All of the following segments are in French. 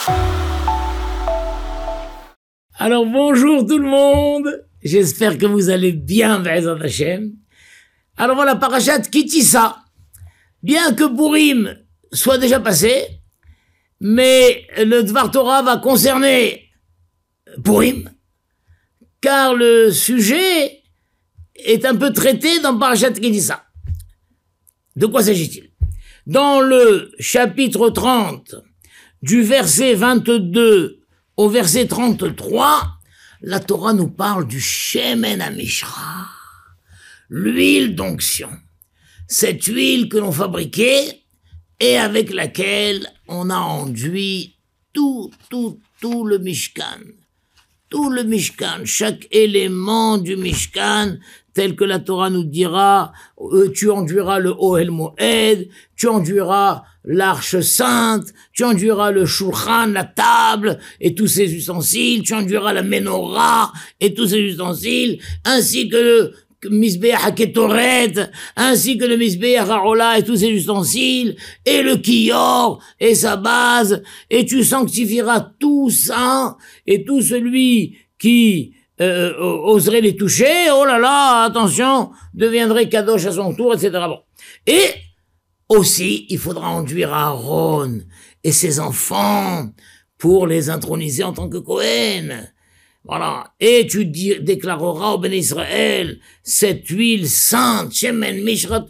Alors bonjour tout le monde, j'espère que vous allez bien, Be'ezrat Hashem. Alors voilà, Parashat Ki Tisa. Bien que Purim soit déjà passé, mais le Dvar Torah va concerner Purim, car le sujet est un peu traité dans Parashat Ki Tisa. De quoi s'agit-il? Dans le chapitre 30, du verset 22 au verset 33, la Torah nous parle du Shemen HaMishra, l'huile d'onction. Cette huile que l'on fabriquait et avec laquelle on a enduit tout le Mishkan. Tout le Mishkan, chaque élément du Mishkan, tel que la Torah nous dira, tu enduiras le Ohel Moed, tu enduiras l'arche sainte, tu enduiras le Shulchan, la table et tous ses ustensiles, tu enduiras la Menorah et tous ses ustensiles, ainsi que le Mizbeach HaKetoret, ainsi que le Mizbeach HaOla et tous ses ustensiles, et le Kior et sa base, et tu sanctifieras tout ça, et tout celui qui oserait les toucher, oh là là, attention, deviendrait Kadosh à son tour, etc. Bon. Et aussi, il faudra enduire Aaron et ses enfants pour les introniser en tant que Kohen. Voilà. Et tu déclareras au Ben Israël cette huile sainte, Shemen Mishrat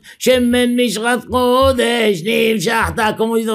Kodesh, Nimshachta, comme on dit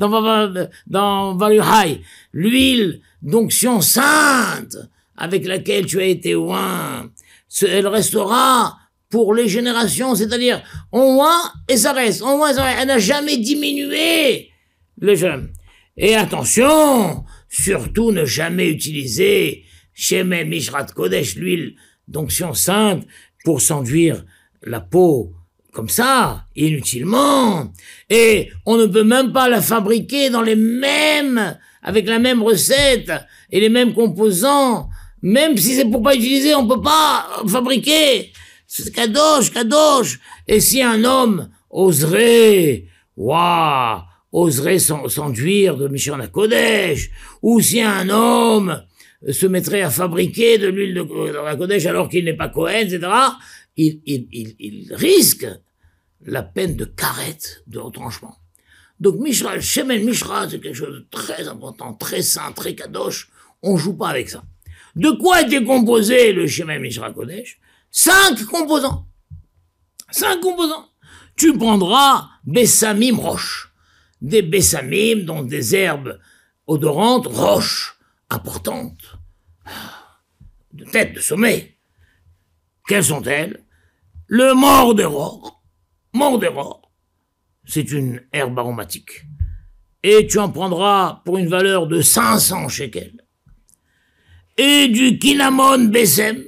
dans Valuhai, l'huile d'onction sainte avec laquelle tu as été oint. Elle restera pour les générations, c'est-à-dire, on oint et ça reste, on oint et ça reste. Elle n'a jamais diminué, le jeûne. Et attention, surtout ne jamais utiliser Shemen Mishrat Kodesh, l'huile d'onction sainte, pour s'enduire la peau comme ça, inutilement. Et on ne peut même pas la fabriquer dans les mêmes, avec la même recette et les mêmes composants. Même si c'est pour pas utiliser, on peut pas fabriquer. C'est kadosh. Et si un homme oserait s'enduire de Mishrat Kodesh, ou si un homme se mettrait à fabriquer de l'huile de la Kodesh alors qu'il n'est pas Kohen, etc., il risque la peine de karet, de retranchement. Donc Mishra, Shemen Mishra, c'est quelque chose de très important, très saint, très kadosh. On joue pas avec ça. De quoi était composé le Shemen Mishra Kodesh? 5 composants. 5 composants. Tu prendras Bessamim roche. Des Bessamim, donc des herbes odorantes, roches, importantes, de tête, de sommet. Quelles sont-elles? Le mordéror. Mordéror, c'est une herbe aromatique. Et tu en prendras pour une valeur de 500 shekels. Et du Kinamon Bessem,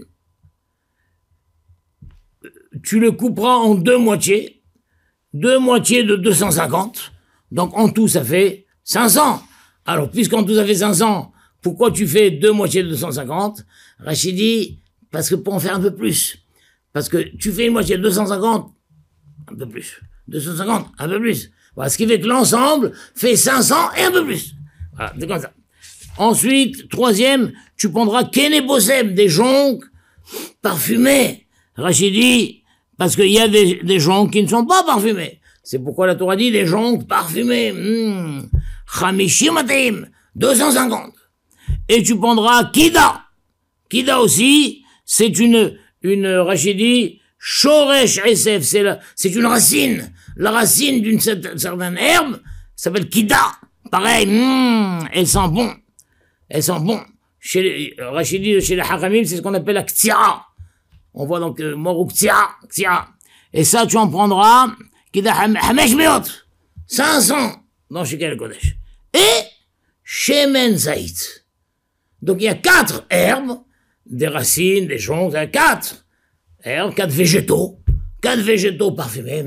tu le couperas en 2 moitiés. 2 moitiés de 250. Donc en tout, ça fait 500. Alors, puisqu'en tout, ça fait 500, pourquoi tu fais 2 moitiés de 250? Rachid dit, parce que pour en faire un peu plus. Parce que tu fais une moitié de 250, un peu plus. 250, un peu plus. Voilà, ce qui fait que l'ensemble fait 500 et un peu plus. Voilà, c'est comme ça. Ensuite, 3e, tu prendras Kenebosem, des joncs parfumés. Rachid dit, parce qu'il y a des joncs qui ne sont pas parfumés. C'est pourquoi la Torah dit des joncs parfumés. Chamishimatim, 250. Et tu prendras Kida. Kida aussi, c'est une Rachidi, Shoresh Esef, c'est une racine. La racine d'une certaine herbe s'appelle Kida. Pareil, elle sent bon. Elle sent bon. Rachidi, chez les Hakamim, c'est ce qu'on appelle la Ktia. On voit donc Morou Ktia. Et ça, tu en prendras, Kida Hamesh Meot, 500 dans Shekel Kodesh. Et Shemen Zait. Donc il y a 4 herbes, des racines, des joncs, 4 herbes, 4 végétaux parfumés,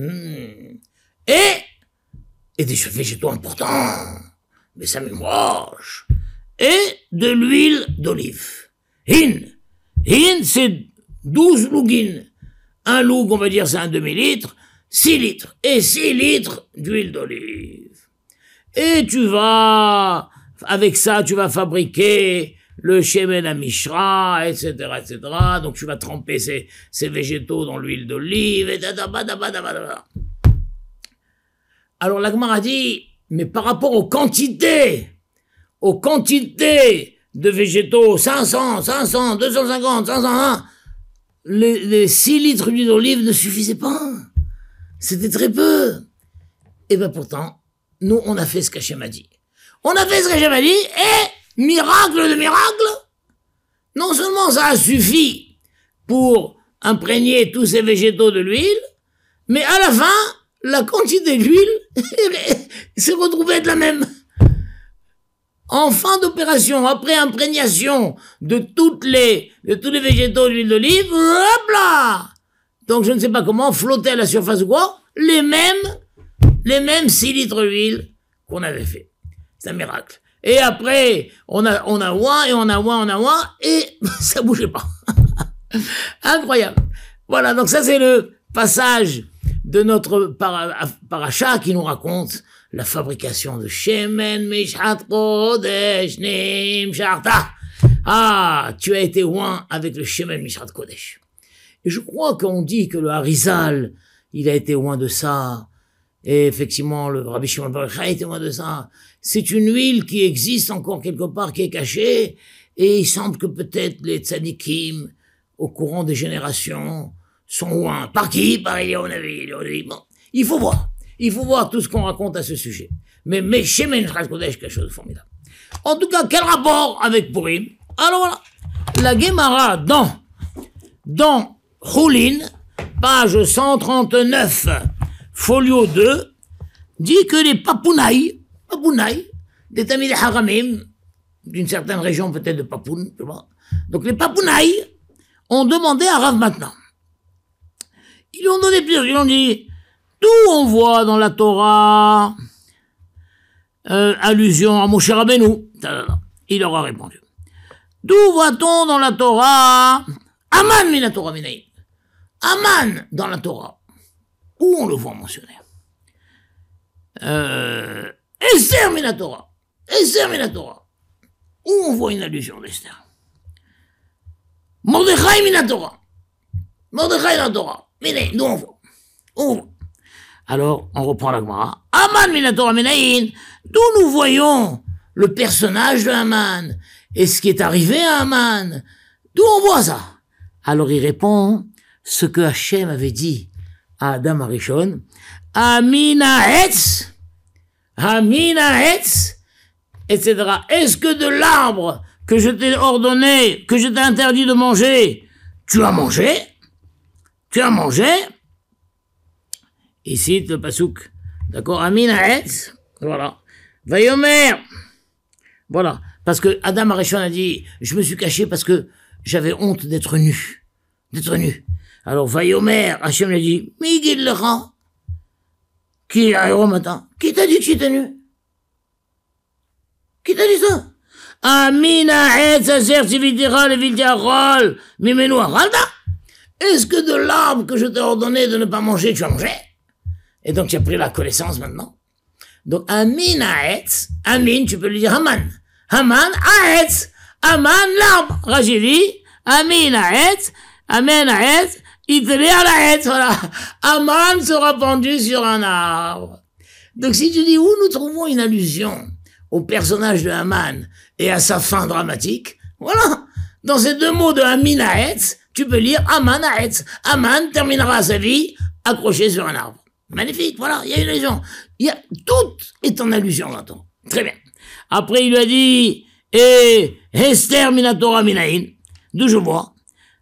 et des végétaux importants, mais ça m'émoche, et de l'huile d'olive. Hin, c'est 12 lougines. Un loug, on va dire, c'est un demi-litre, 6 litres, et 6 litres d'huile d'olive. Et tu vas avec ça, tu vas fabriquer le shemen amishra, etc., etc. Donc, tu vas tremper ces végétaux dans l'huile d'olive, et Alors, la Gemara dit, mais par rapport aux quantités de végétaux, 500, 250, 501, les 6 litres d'huile d'olive ne suffisaient pas. C'était très peu. Et bien pourtant, nous, on a fait ce qu'Hachem a dit. On a fait ce qu'Hachem a dit, et miracle de miracle, non seulement ça a suffi pour imprégner tous ces végétaux de l'huile, mais à la fin, la quantité d'huile s'est retrouvée être la même. En fin d'opération, après imprégnation de tous les végétaux d'huile d'olive, hop là! Donc je ne sais pas comment, flotter à la surface ou quoi, les mêmes 6 litres d'huile qu'on avait fait. C'est un miracle. Et après, on a ouin, et ça bougeait pas. Incroyable. Voilà, donc ça c'est le passage de notre paracha qui nous raconte la fabrication de Shemen Mishhat Kodesh Nimsharta. Ah, tu as été ouin avec le Shemen Mishhat Kodesh. Et je crois qu'on dit que le Harizal, il a été loin de ça. Et effectivement, le Rabbi Shimon bar Yochai a été loin de ça. C'est une huile qui existe encore quelque part, qui est cachée. Et il semble que peut-être les tzadikim, au courant des générations, sont loin. Par qui? Par Eliyahu Bon, il faut voir. Il faut voir tout ce qu'on raconte à ce sujet. Mais Shemen Mishhat Kodesh, quelque chose de formidable. En tout cas, quel rapport avec Purim? Alors voilà. La Gemara dans Choulin, page 139, folio 2, dit que les papounaïs, des Tamid Haramim, d'une certaine région peut-être de Papoun, tu vois. Donc les papounaïs ont demandé à Rav maintenant. Ils lui ont donné plusieurs, ils ont dit, d'où on voit dans la Torah allusion à Moshe Rabbeinu. Il leur a répondu. D'où voit-on dans la Torah Aman mina Torah minaïm. Aman dans la Torah. Où on le voit mentionné Esther mina Torah. Où on voit une allusion d'Esther. Mordechai mina Torah. Mordechai dans la Torah. Mais nous on voit. Alors, on reprend la Gemara. Aman mina Torah minaïn. D'où nous voyons le personnage de Aman et ce qui est arrivé à Aman. D'où on voit ça? Alors il répond ce que Hachem avait dit à Adam Arishon. Amina etz, etc. Est-ce que de l'arbre que je t'ai ordonné, que je t'ai interdit de manger, tu as mangé? Il cite le pasouk. D'accord? Amina etz. Voilà. Vayomer. Voilà. Parce que Adam Arishon a dit, je me suis caché parce que j'avais honte d'être nu. Alors, Vayomer, Hachem lui a dit, Migil lecha. Qui a un matin? Qui t'a dit que j'étais nu? Qui t'a dit ça? Amina etz aser tivitira leviltiachol mimenu achalta. Est-ce que de l'arbre que je t'ai ordonné de ne pas manger, tu as mangé? Et donc, tu as pris la connaissance maintenant. Donc, Amina etz, Amin, tu peux lui dire Haman. Haman, Aetz, Aman, l'arbre. Rachidi, Amin, Aetz, Amen, Aetz, Itri à la Aetz, voilà. Aman sera pendu sur un arbre. Donc si tu dis où nous trouvons une allusion au personnage de Haman et à sa fin dramatique, voilà. Dans ces deux mots de Amin, Aetz, tu peux lire Aman, Aetz. Haman terminera sa vie accroché sur un arbre. Magnifique, voilà, il y a une allusion. Tout est en allusion maintenant. Très bien. Après, il lui a dit, Esther minatora minaïn, d'où je vois.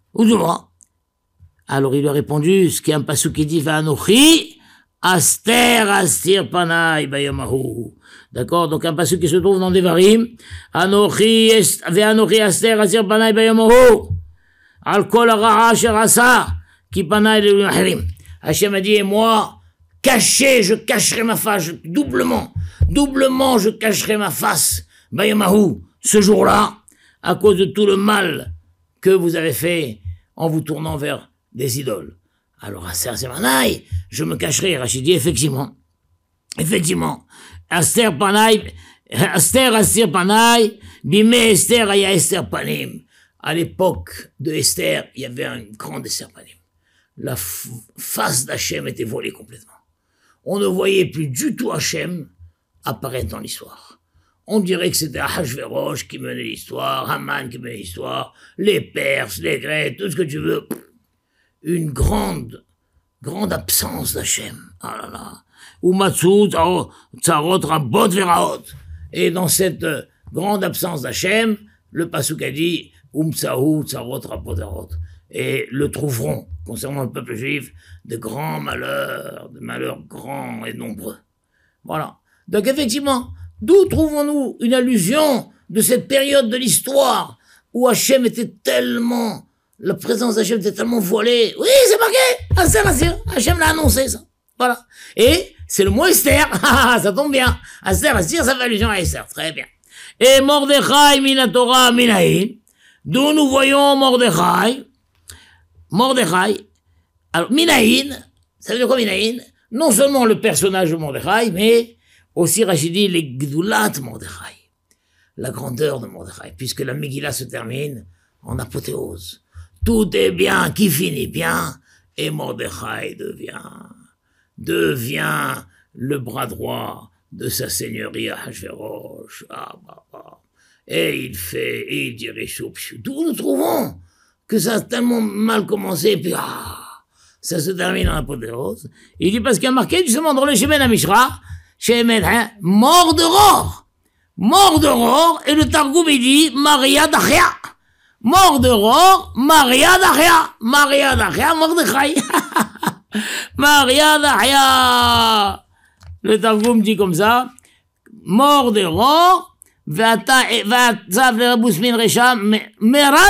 Alors, il lui a répondu, ce qui est un passou qui dit, Vanochi, Aster, Astir Panay, Bayamahu. D'accord? Donc, un passou qui se trouve dans Devarim, Anochi, Aster, Astir Panay, Bayamahu. Al-Kol Araha, Sherasa, Ki Panay, Leharim. Hachem a dit, et moi, je cacherai ma face, doublement, je cacherai ma face, Bayamahu, ce jour-là, à cause de tout le mal que vous avez fait en vous tournant vers des idoles. Alors, Aster Semanaï, je me cacherai, Rachid dit, effectivement, Aster Panaï, Esther Astir Panaï, Bimé Esther Aya Esther Panim. À l'époque de Esther, il y avait un grand Esther Panim. La face d'Hachem était volée complètement. On ne voyait plus du tout Hachem apparaître dans l'histoire. On dirait que c'était Ahashverosh qui menait l'histoire, Haman qui menait l'histoire, les Perses, les Grecs, tout ce que tu veux. Une grande absence d'Hachem. Ah là là. Umatsu, Tsarot, Rabot, Veraot. Et dans cette grande absence d'Hachem, le Pasuk a dit, Umtsahu, Tsarot, Rabot, Veraot. Et le trouveront, concernant le peuple juif, de grands malheurs, de malheurs grands et nombreux. Voilà. Donc effectivement, d'où trouvons-nous une allusion de cette période de l'histoire où Hachem était tellement, la présence d'Hachem était tellement voilée. Oui, c'est marqué, Esther, Hachem l'a annoncé ça. Voilà. Et c'est le mot Esther, ça tombe bien. Esther, ça fait allusion à Esther, très bien. Et Mordechai, Minatora, Minaïn, d'où nous voyons Mordechai, alors Minaïn, ça veut dire quoi Minaïn? Non seulement le personnage de Mordechai, mais aussi Rachidi, les Gdoulat Mordechai, la grandeur de Mordechai, puisque la Megillah se termine en apothéose. Tout est bien, qui finit bien, et Mordechai devient le bras droit de sa seigneurie à Hachvérosh. Et il dirige au Pshou. D'où nous trouvons que ça a tellement mal commencé, et puis ça se termine en apothéose. Il dit parce qu'il y a marqué justement dans le Shemen HaMishra, mort d'aurore, et le Targum il dit Maria d'Achia. Mort d'aurore, Maria d'Achia, Mordechai. Maria d'Achia. Le Targum dit comme ça, mort d'aurore, V'atzav l'Rebus min Resha, Mera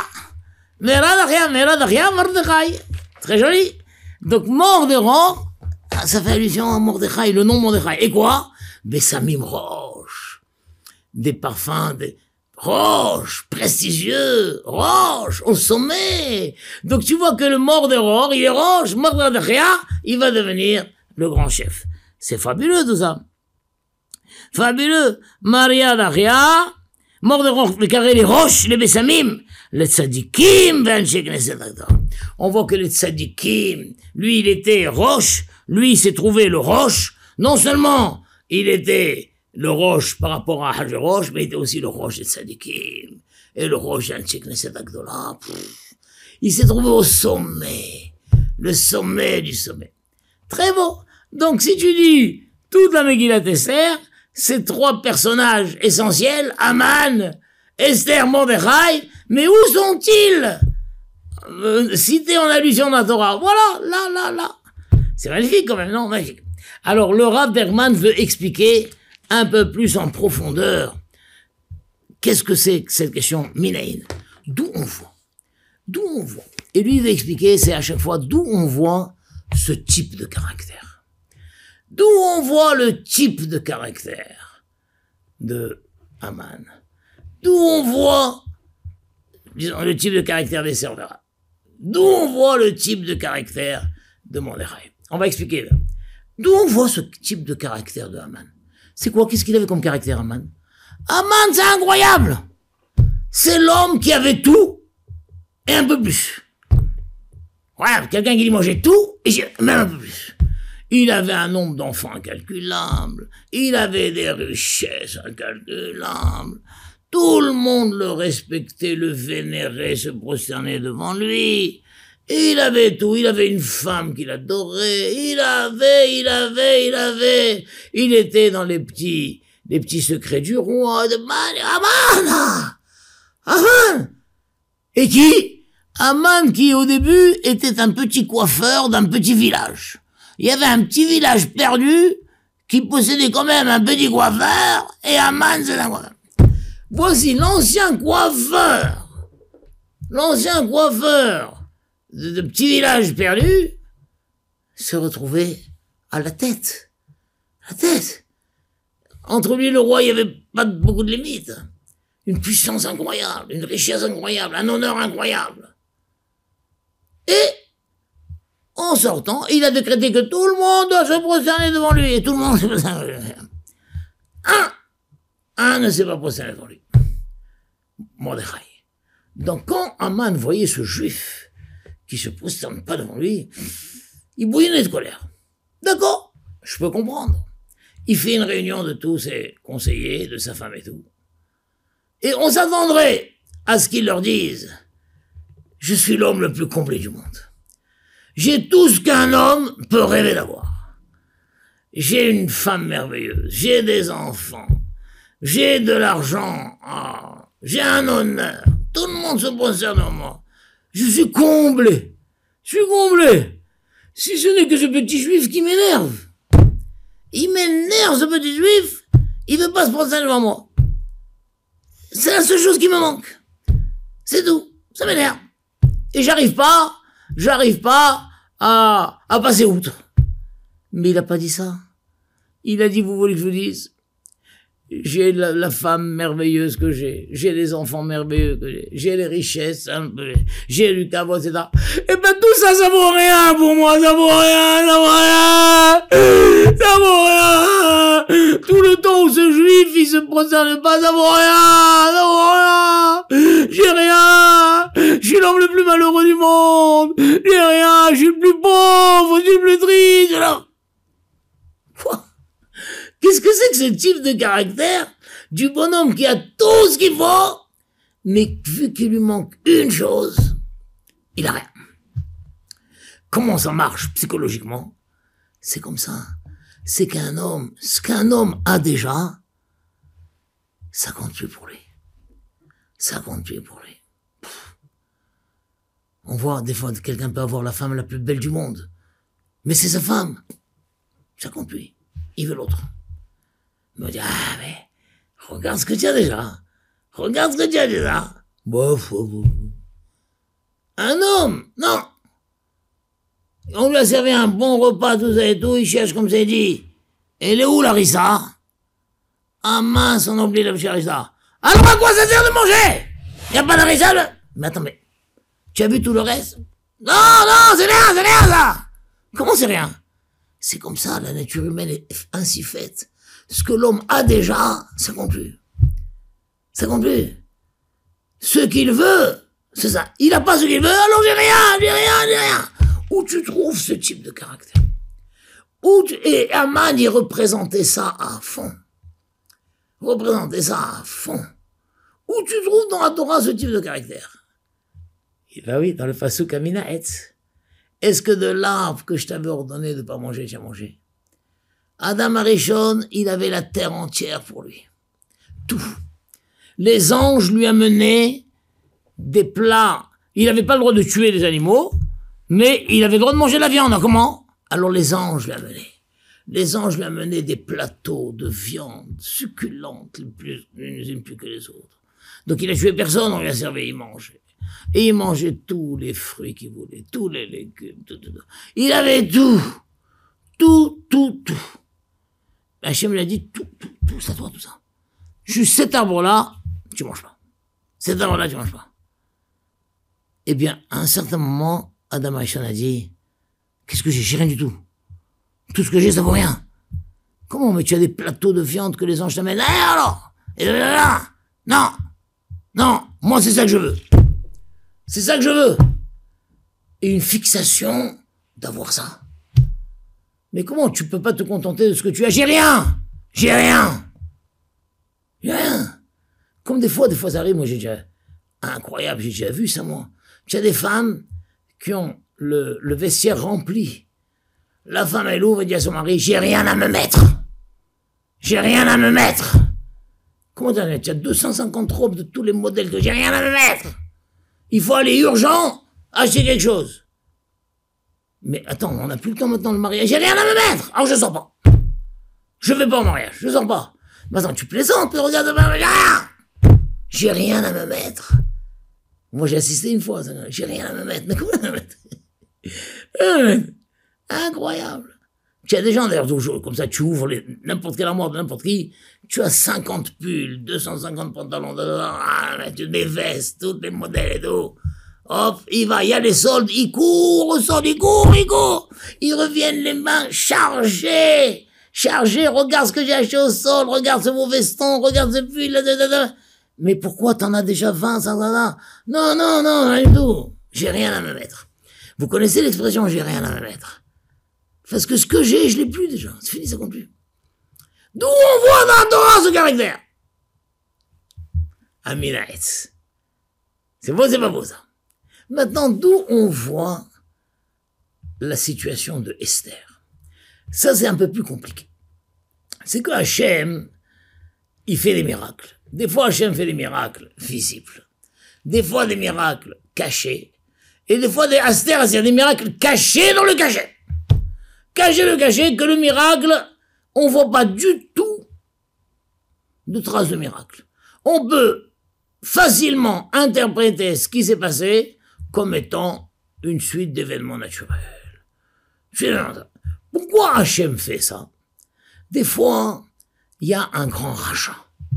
d'Achia, Mordechai. Très joli. Donc mort d'aurore, ça fait allusion à Mordechai, le nom Mordechai. Et quoi? Bessamim roche. Des parfums, des roches, prestigieux, roche, au sommet. Donc tu vois que le mort d'aurore, il est roche, Mordechai, il va devenir le grand chef. C'est fabuleux tout ça. Fabuleux. Maria d'Achia, mort d'aurore, le carré, les roches, les bessamim, les tzadikim, on voit que les tzadikim, lui il était roche, lui il s'est trouvé le roche, non seulement il était le roche par rapport à Hachvérosh, mais il était aussi le roche des tzadikim, et le roche d'Anshei Knesset Agdola. Il s'est trouvé au sommet, le sommet du sommet. Très beau. Donc si tu dis toute la Megillat Esther, ces trois personnages essentiels, Haman, Esther, Mordechai, mais où sont-ils cités en allusion dans la Torah? Voilà, là. C'est magnifique quand même, non? Magique. Alors, le Rav Bergman veut expliquer un peu plus en profondeur qu'est-ce que c'est que cette question Minaïn. D'où on voit. Et lui, il veut expliquer, c'est à chaque fois d'où on voit ce type de caractère. D'où on voit le type de caractère de Haman. D'où on voit, disons, le type de caractère des serveurs. D'où on voit le type de caractère de Mordechai. On va expliquer. D'où on voit ce type de caractère de Haman. C'est quoi? Qu'est-ce qu'il avait comme caractère, Haman? Haman, c'est incroyable. C'est l'homme qui avait tout et un peu plus. Ouais, quelqu'un qui dit moi j'ai tout et j'ai même un peu plus. Il avait un nombre d'enfants incalculable. Il avait des richesses incalculables. Tout le monde le respectait, le vénérait, se prosternait devant lui. Il avait tout. Il avait une femme qu'il adorait. Il était dans les petits secrets du roi de Haman. Et qui? Haman qui, au début, était un petit coiffeur d'un petit village. Il y avait un petit village perdu qui possédait quand même un petit coiffeur et Haman, c'est un coiffeur. Voici l'ancien coiffeur de petit village perdu se retrouvait à la tête. Entre lui et le roi, il n'y avait pas beaucoup de limites. Une puissance incroyable, une richesse incroyable, un honneur incroyable. Et, en sortant, il a décrété que tout le monde doit se prosterner devant lui, et tout le monde se prosterne devant lui. un ne s'est pas prosterné devant lui. Mordechai. Donc quand Haman voyait ce juif qui se prosterne pas devant lui, il bouillonnait de colère. D'accord, je peux comprendre. Il fait une réunion de tous ses conseillers, de sa femme et tout. Et on s'attendrait à ce qu'il leur dise « Je suis l'homme le plus complet du monde. J'ai tout ce qu'un homme peut rêver d'avoir. J'ai une femme merveilleuse, j'ai des enfants, j'ai de l'argent, j'ai un honneur. Tout le monde se prosterne devant moi. Je suis comblé. Je suis comblé. Si ce n'est que ce petit juif qui m'énerve. Il m'énerve, ce petit juif. Il veut pas se prosterner devant moi. C'est la seule chose qui me manque. C'est tout. Ça m'énerve. Et j'arrive pas à passer outre. Mais il a pas dit ça. Il a dit, vous voulez que je vous dise? J'ai la femme merveilleuse que j'ai les enfants merveilleux que j'ai les richesses, j'ai le caveau, etc. Et ben tout ça, ça vaut rien pour moi, ça vaut rien. Tout le temps où ce juif, il se prosterne pas, ça vaut rien. J'ai rien. Je suis l'homme le plus malheureux du monde. J'ai rien, je suis le plus pauvre, je suis le plus triste. Alors, quoi? Qu'est-ce que c'est que ce type de caractère du bonhomme qui a tout ce qu'il faut, mais vu qu'il lui manque une chose, il a rien. Comment ça marche psychologiquement? C'est comme ça. C'est ce qu'un homme a déjà, ça compte plus pour lui. Ça compte plus pour lui. On voit des fois quelqu'un peut avoir la femme la plus belle du monde, mais c'est sa femme. Ça compte plus. Il veut l'autre. Il me dit, mais, regarde ce que tu as déjà. Regarde ce que tu as déjà. Bof. Un homme, non. On lui a servi un bon repas, tout ça et tout, il cherche comme ça, il dit, elle est où la rissa? Ah mince, on a oublié la rissa. Alors à quoi ça sert de manger? Y a pas de rissa, là? Mais attends, mais, tu as vu tout le reste? Non, c'est rien, ça. Comment c'est rien? C'est comme ça, la nature humaine est ainsi faite. Ce que l'homme a déjà, ça compte plus. Ça compte plus. Ce qu'il veut, c'est ça. Il a pas ce qu'il veut, alors j'ai rien. Où tu trouves ce type de caractère? Et Haman, il représentait ça à fond. Où tu trouves dans la Torah ce type de caractère? Ben oui, dans le Pasuk Amina Etz. Est-ce que de l'arbre que je t'avais ordonné de ne pas manger, tu as mangé? Adam Arishon, il avait la terre entière pour lui. Tout. Les anges lui amenaient des plats. Il n'avait pas le droit de tuer les animaux, mais il avait le droit de manger la viande. Comment? Alors les anges lui amenaient. Les anges lui amenaient des plateaux de viande succulentes, les unes plus que les autres. Donc il a tué personne, on lui a servi, il mangeait. Et il mangeait tous les fruits qu'il voulait, tous les légumes, tout. Il avait tout. Hachem lui a dit, tout, ça toi, tout ça. Juste cet arbre-là, tu manges pas. Cet arbre-là, tu manges pas. Eh bien, à un certain moment, Adam Arishon a dit, qu'est-ce que j'ai rien du tout. Tout ce que j'ai, ça vaut rien. Comment, mais tu as des plateaux de viande que les anges t'amènent. Alors? Et là, non, moi c'est ça que je veux. C'est ça que je veux. Et une fixation d'avoir ça. Mais comment tu peux pas te contenter de ce que tu as? J'ai rien. Comme des fois ça arrive, moi j'ai déjà vu ça, moi. Tu as des femmes qui ont le vestiaire rempli. La femme, elle ouvre et dit à son mari, j'ai rien à me mettre. Comment tu as 250 robes de tous les modèles que j'ai rien à me mettre. Il faut aller urgent acheter quelque chose. Mais attends, on n'a plus le temps maintenant de mariage. J'ai rien à me mettre. Alors je sors pas. Je vais pas au mariage. Je sors pas. Mais attends, tu plaisantes, regarde, j'ai rien à me mettre. Moi, j'ai assisté une fois. J'ai rien à me mettre. Mais comment à me mettre? Incroyable. Tu as des gens, d'ailleurs, toujours comme ça, tu ouvres n'importe quelle armoire de n'importe qui, tu as 50 pulls, 250 pantalons, des vestes, tous les modèles et tout. Hop, il y a les soldes, il court. Ils reviennent les mains chargées. chargé, regarde ce que j'ai acheté au sol, regarde ce beau veston, regarde ce pull, mais pourquoi t'en as déjà 20, ça, Non, non, non, rien du tout. J'ai rien à me mettre. Vous connaissez l'expression j'ai rien à me mettre. Parce que ce que j'ai, je l'ai plus déjà. C'est fini, ça compte plus. D'où on voit dans la Torah ce caractère. Aminaetz. C'est beau, c'est pas beau ça. Maintenant, d'où on voit la situation de Esther. Ça, c'est un peu plus compliqué. C'est que Hachem, il fait des miracles. Des fois, Hachem fait des miracles visibles. Des fois, des miracles cachés. Et des fois, c'est-à-dire des miracles cachés dans le cachet. Caché le cachet, que le miracle, on voit pas du tout de traces de miracle. On peut facilement interpréter ce qui s'est passé comme étant une suite d'événements naturels. Pourquoi Hachem fait ça? Des fois, il y a un grand rachat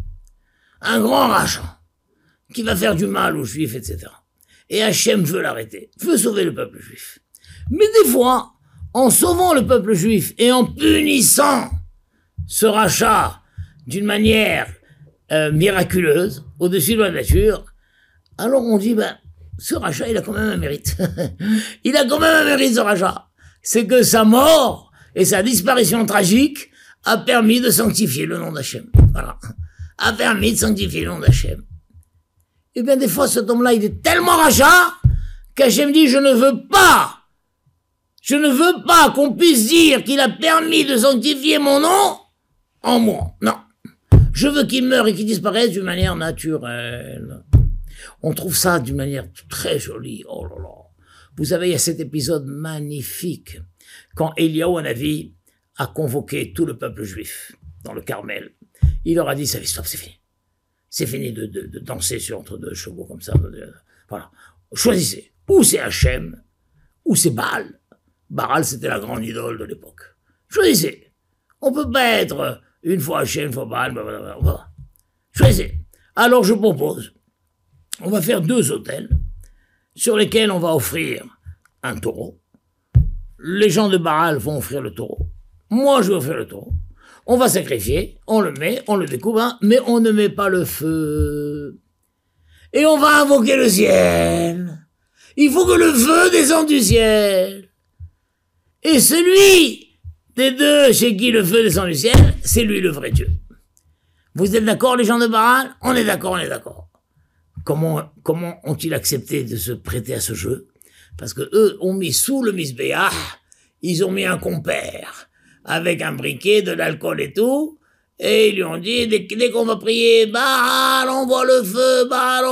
qui va faire du mal aux Juifs, etc. Et Hachem veut l'arrêter, veut sauver le peuple juif. Mais des fois, en sauvant le peuple juif et en punissant ce rachat d'une manière miraculeuse, au-dessus de la nature, alors on dit, ce rachat, il a quand même un mérite. Il a quand même un mérite, ce rachat. C'est que sa mort et sa disparition tragique a permis de sanctifier le nom d'Hachem. Voilà. A permis de sanctifier le nom d'Hachem. Et bien, des fois, cet homme-là, il est tellement rachat qu'Hachem dit, je ne veux pas qu'on puisse dire qu'il a permis de sanctifier mon nom en moi. Non. Je veux qu'il meure et qu'il disparaisse d'une manière naturelle. On trouve ça d'une manière très jolie. Oh là là. Vous savez, il y a cet épisode magnifique quand Eliyahu Hanavi a convoqué tout le peuple juif dans le Carmel. Il leur a dit, stop, c'est fini. C'est fini de danser sur entre deux chevaux comme ça. Voilà. Choisissez. Ou c'est Hachem, ou c'est Baal. Baal, c'était la grande idole de l'époque. Choisissez. On peut pas être une fois Hachem, une fois Baal. Voilà. Choisissez. Alors je propose, on va faire 2 autels sur lesquels on va offrir un taureau. Les gens de Baal vont offrir le taureau. Moi, je vais offrir le taureau. On va sacrifier, on le met, on le découvre, mais on ne met pas le feu. Et on va invoquer le ciel. Il faut que le feu descende du ciel. Et celui des deux chez qui le feu descend du ciel, c'est lui le vrai Dieu. Vous êtes d'accord, les gens de Baal? On est d'accord. Comment ont-ils accepté de se prêter à ce jeu? Parce que eux ont mis sous le misbéach, ils ont mis un compère avec un briquet, de l'alcool et tout, et ils lui ont dit, dès qu'on va prier, Baal, envoie le feu,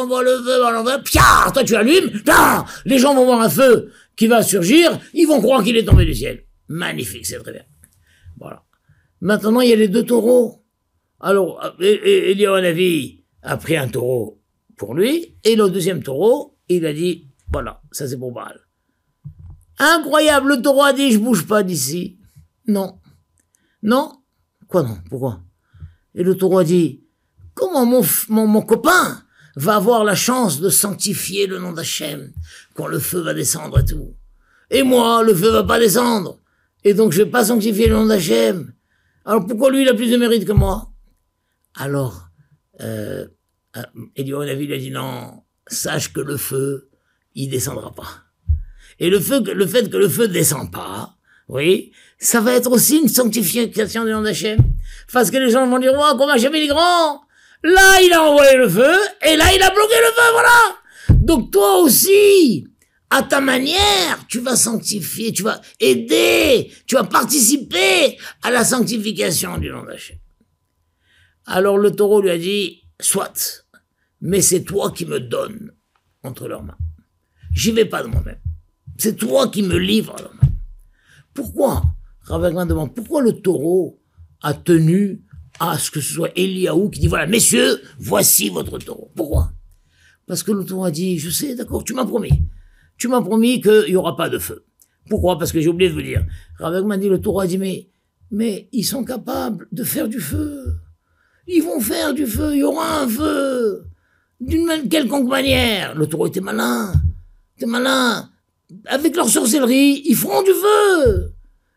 Pia, toi tu allumes, là, les gens vont voir un feu qui va surgir, ils vont croire qu'il est tombé du ciel. Magnifique, c'est très bien. Voilà. Maintenant, il y a les 2 taureaux. Alors, Eliyahu Hanavi a pris un taureau pour lui, et le deuxième taureau, il a dit, voilà, ça c'est pour Baal. Incroyable, le taureau a dit, je bouge pas d'ici. Non. Quoi non? Pourquoi? Et le taureau a dit, comment mon copain va avoir la chance de sanctifier le nom d'Hachem quand le feu va descendre et tout? Et moi, le feu va pas descendre. Et donc, je vais pas sanctifier le nom d'Hachem. Alors, pourquoi lui, il a plus de mérite que moi? Alors, Eliyahu Hanavi lui a dit, non, sache que le feu, il descendra pas. Et le fait que le feu descend pas, oui, ça va être aussi une sanctification du nom d'Hachem. Parce que les gens vont dire, oh, comment Hachem il est grand! Là, il a envoyé le feu, et là, il a bloqué le feu, voilà! Donc, toi aussi, à ta manière, tu vas sanctifier, tu vas aider, tu vas participer à la sanctification du nom d'Hachem. Alors, le taureau lui a dit, soit, mais c'est toi qui me donnes entre leurs mains. J'y vais pas de moi-même. C'est toi qui me livres à leurs mains. Pourquoi? Rav Agman demande, pourquoi le taureau a tenu à ce que ce soit Eliyahu qui dit, voilà, messieurs, voici votre taureau. Pourquoi? Parce que le taureau a dit, je sais, d'accord, tu m'as promis qu'il y aura pas de feu. Pourquoi? Parce que j'ai oublié de vous dire. Rav Agman dit, le taureau a dit, mais ils sont capables de faire du feu. Ils vont faire du feu, il y aura un feu. D'une quelconque manière. Le taureau était malin. Avec leur sorcellerie, ils feront du feu.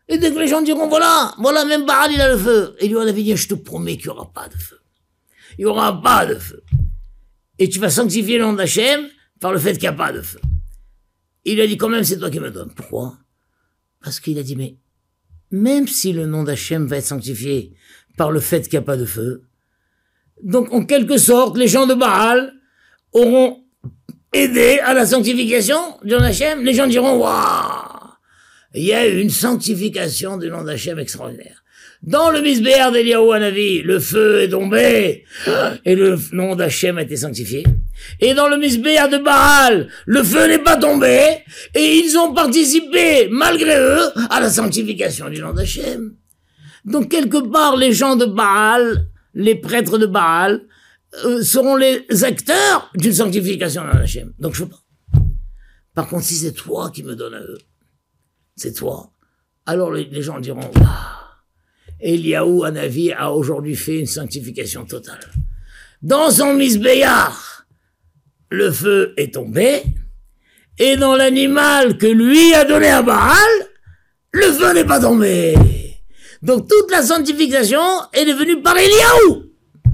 Et dès que les gens diront, voilà, même Baal, il a le feu. Et lui, on avait dit, je te promets qu'il n'y aura pas de feu. Il n'y aura pas de feu. Et tu vas sanctifier le nom d'Hachem par le fait qu'il n'y a pas de feu. Il lui a dit, quand même, c'est toi qui me donnes. Pourquoi? Parce qu'il a dit, mais même si le nom d'Hachem va être sanctifié par le fait qu'il n'y a pas de feu, donc en quelque sorte, les gens de Baal auront aidé à la sanctification du nom d'Hachem. Les gens diront, waouh, il y a eu une sanctification du nom d'Hachem extraordinaire. Dans le Misbéar d'Eliyahu Hanavi, le feu est tombé et le nom d'Hachem a été sanctifié. Et dans le Misbéar de Baal, le feu n'est pas tombé et ils ont participé, malgré eux, à la sanctification du nom d'Hachem. Donc quelque part, les gens de Baal, les prêtres de Baal, seront les acteurs d'une sanctification du nom d'Hachem. Donc je veux pas. Par contre, si c'est toi qui me donnes à eux, c'est toi, alors les gens diront, waouh, Eliyahu Hanavi a aujourd'hui fait une sanctification totale. Dans son Misbéar, le feu est tombé, et dans l'animal que lui a donné à Baal, le feu n'est pas tombé. Donc toute la sanctification est devenue par Eliyahu,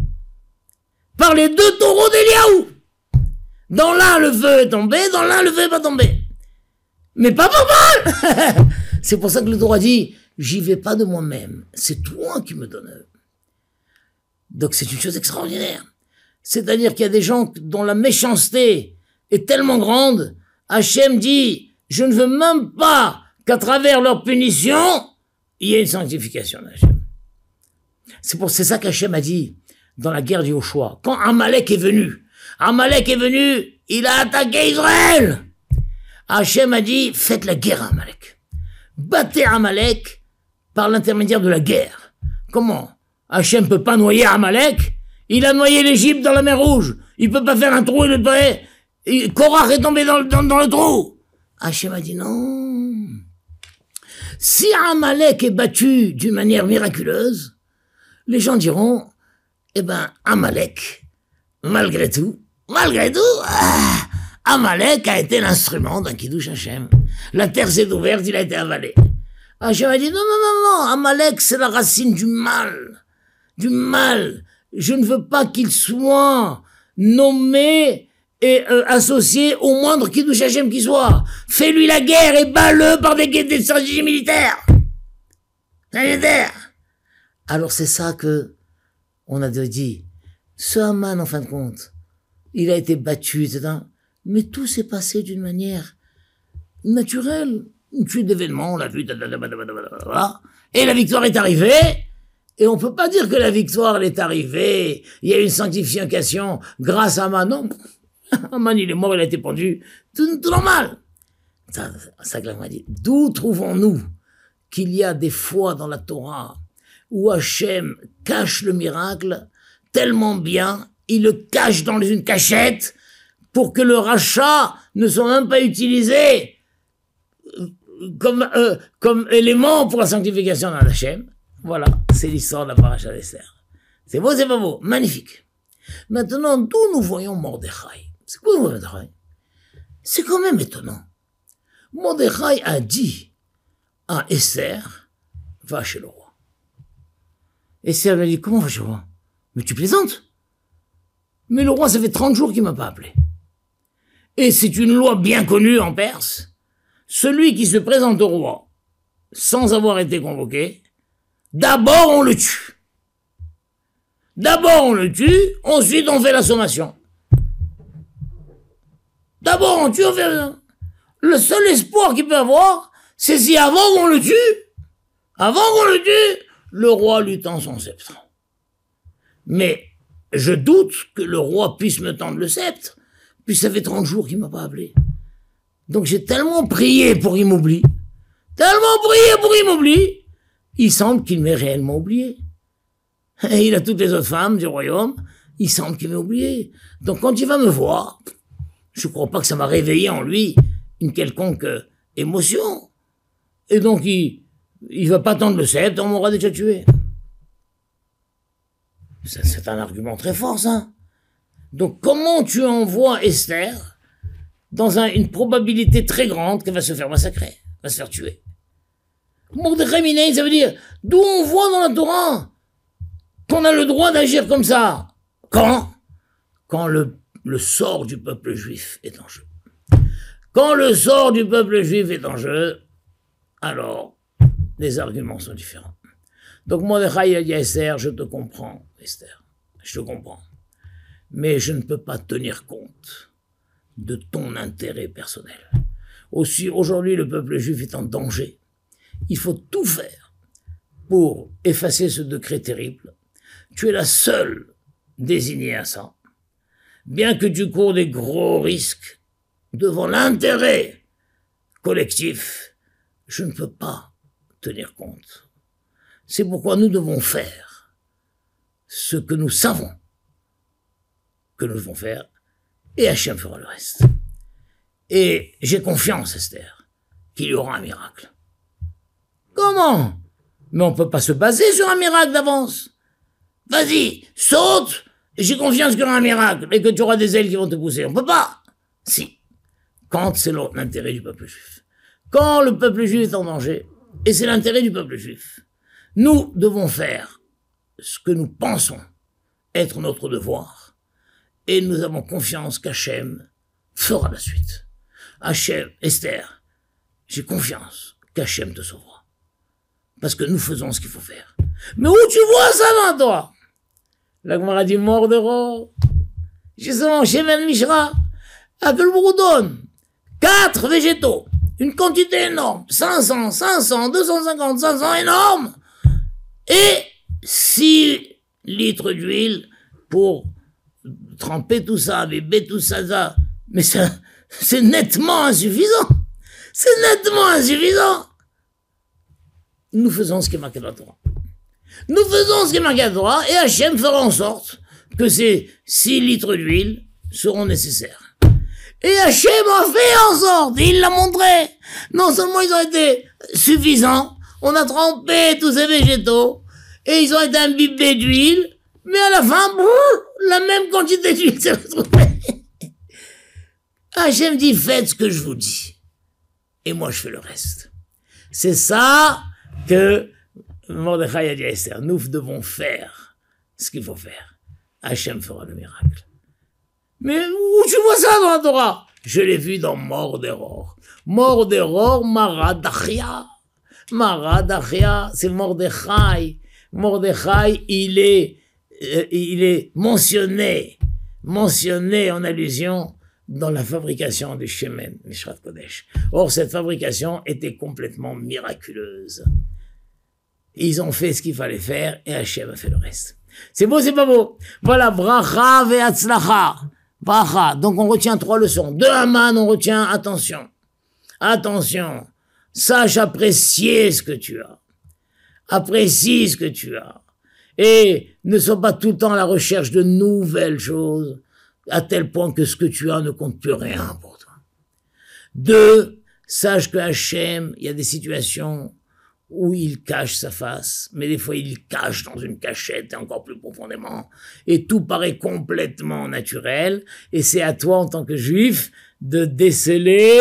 par les deux taureaux d'Eliyahu. Dans l'un, le feu est tombé, dans l'un, le feu n'est pas tombé. Mais pas par Baal. C'est pour ça que le Torah dit, j'y vais pas de moi-même, c'est toi qui me donnes. Donc c'est une chose extraordinaire. C'est-à-dire qu'il y a des gens dont la méchanceté est tellement grande, Hachem dit, je ne veux même pas qu'à travers leur punition, il y ait une sanctification d'Hachem. C'est ça qu'Hachem a dit dans la guerre d'Yoshua. Quand Amalek est venu, il a attaqué Israël. Hachem a dit, faites la guerre à Amalek. Battez Amalek par l'intermédiaire de la guerre. Comment? Hachem peut pas noyer Amalek. Il a noyé l'Égypte dans la mer Rouge. Il peut pas faire un trou et Korach est tombé dans le trou. Hachem a dit non. Si Amalek est battu d'une manière miraculeuse, les gens diront, Amalek, malgré tout, Amalek a été l'instrument d'un Kiddush Hachem. La terre s'est ouverte, il a été avalé. Hachem a dit non, Amalek c'est la racine du mal. Je ne veux pas qu'il soit nommé et associé au moindre Kiddush Hachem qui soit. Fais-lui la guerre et bats-le par des stratégies militaires. Alors c'est ça que on a dit. Ce Haman, en fin de compte, il a été battu, etc. Mais tout s'est passé d'une manière naturelle. Une suite d'événements, on l'a vu, et la victoire est arrivée. Et on peut pas dire que la victoire, elle est arrivée. Il y a eu une sanctification grâce à Haman. Non. Haman, il est mort, il a été pendu. Tout normal. Ça que m'a dit. D'où trouvons-nous qu'il y a des fois dans la Torah où Hachem cache le miracle tellement bien, il le cache dans une cachette pour que le rachat ne soit même pas utilisé comme élément pour la sanctification d'Hachem. Voilà, c'est l'histoire de la paracha d'Esther. C'est beau, c'est pas beau? Magnifique. Maintenant, d'où nous voyons Mordechai? C'est quoi Mordechai? C'est quand même étonnant. Mordechai a dit à Esther, va chez le roi. Esther lui a dit, comment va chez le roi? Mais tu plaisantes? Mais le roi, ça fait 30 jours qu'il m'a pas appelé. Et c'est une loi bien connue en Perse. Celui qui se présente au roi sans avoir été convoqué, d'abord on le tue. Ensuite on fait la sommation. D'abord on tue, on fait la... Le seul espoir qu'il peut avoir, c'est si avant qu'on le tue, le roi lui tend son sceptre. Mais je doute que le roi puisse me tendre le sceptre, puis ça fait 30 jours qu'il m'a pas appelé. Donc j'ai tellement prié pour qu'il m'oublie, il semble qu'il m'ait réellement oublié. Et il a toutes les autres femmes du royaume, il semble qu'il m'ait oublié. Donc quand il va me voir, je crois pas que ça va réveiller en lui une quelconque émotion. Et donc il va pas tendre le sceptre, on m'aura déjà tué. C'est un argument très fort, ça. Donc comment tu envoies Esther dans une probabilité très grande qu'elle va se faire massacrer, va se faire tuer? Mordechai Minei, ça veut dire, d'où on voit dans la Torah qu'on a le droit d'agir comme ça. Quand le sort du peuple juif est en jeu. Quand le sort du peuple juif est en jeu, alors les arguments sont différents. Donc Mordechai a dit à Esther, je te comprends, Esther, je te comprends. Mais je ne peux pas tenir compte de ton intérêt personnel. Aussi, aujourd'hui, le peuple juif est en danger. Il faut tout faire pour effacer ce décret terrible. Tu es la seule désignée à ça. Bien que tu cours des gros risques devant l'intérêt collectif, je ne peux pas tenir compte. C'est pourquoi nous devons faire ce que nous savons que nous devons faire, et Hachem fera le reste. Et j'ai confiance, Esther, qu'il y aura un miracle. Comment? Mais on ne peut pas se baser sur un miracle d'avance. Vas-y, saute, et j'ai confiance qu'il y aura un miracle, et que tu auras des ailes qui vont te pousser. On ne peut pas. Si. Quand c'est l'intérêt du peuple juif. Quand le peuple juif est en danger, et c'est l'intérêt du peuple juif, nous devons faire ce que nous pensons être notre devoir. Et nous avons confiance qu'Hachem fera la suite. Hachem, Esther, j'ai confiance qu'Hachem te sauvera. Parce que nous faisons ce qu'il faut faire. Mais où tu vois ça dans toi? La Gemara dit mort d'erreur. Justement, Shemen Mishra, Akelbourou donne 4 végétaux, une quantité énorme, 500, 250, 500, énorme, et 6 litres d'huile pour tremper tout ça, béber tout ça, mais ça, c'est nettement insuffisant. C'est nettement insuffisant. Nous faisons ce qui est marqué dans la Torah. Nous faisons ce qui est marqué dans la Torah, et Hachem fera en sorte que ces 6 litres d'huile seront nécessaires. Et Hachem a fait en sorte, et il l'a montré. Non seulement ils ont été suffisants, on a trempé tous ces végétaux, et ils ont été imbibés d'huile, mais à la fin, la même quantité d'huile s'est retrouvée. Hachem dit, faites ce que je vous dis. Et moi, je fais le reste. C'est ça que Mordechai a dit à Esther. Nous devons faire ce qu'il faut faire. Hachem fera le miracle. Mais où tu vois ça dans la Torah? Je l'ai vu dans Mort d'Error. Mort d'Error, Maradachia. Maradachia, c'est Mordechai. Mordechai, il est mentionné en allusion dans la fabrication du Shemen, Mishrat Kodesh. Or, cette fabrication était complètement miraculeuse. Ils ont fait ce qu'il fallait faire et Hachem a fait le reste. C'est beau, c'est pas beau? Voilà, bracha ve'atzlacha. Bracha. Donc, on retient 3 leçons. De Haman, on retient attention. Attention. Sache apprécier ce que tu as. Apprécie ce que tu as. Et ne sois pas tout le temps à la recherche de nouvelles choses, à tel point que ce que tu as ne compte plus rien pour toi. 2, sache que Hachem, il y a des situations où il cache sa face, mais des fois il cache dans une cachette et encore plus profondément, et tout paraît complètement naturel, et c'est à toi en tant que juif de déceler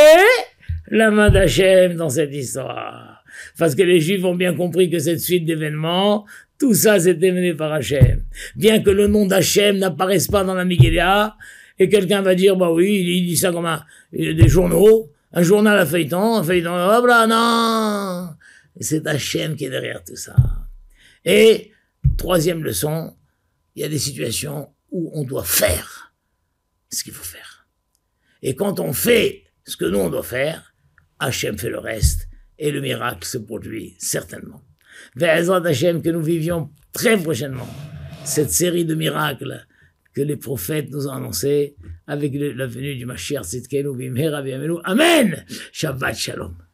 la main d'Hachem dans cette histoire. Parce que les juifs ont bien compris que cette suite d'événements, tout ça c'était mené par Hachem. Bien que le nom d'Hachem n'apparaisse pas dans la Megillah, et quelqu'un va dire, bah oui, il dit ça comme des journaux, un journal à feuilleton, hop là, non! C'est Hachem qui est derrière tout ça. Et, 3e leçon, il y a des situations où on doit faire ce qu'il faut faire. Et quand on fait ce que nous on doit faire, Hachem fait le reste, et le miracle se produit certainement. Ve'ezrat Hachem, que nous vivions très prochainement cette série de miracles que les prophètes nous ont annoncés avec la venue du Mashiach Tzidkenu Bimhera B'Yameinu. Amen! Shabbat Shalom.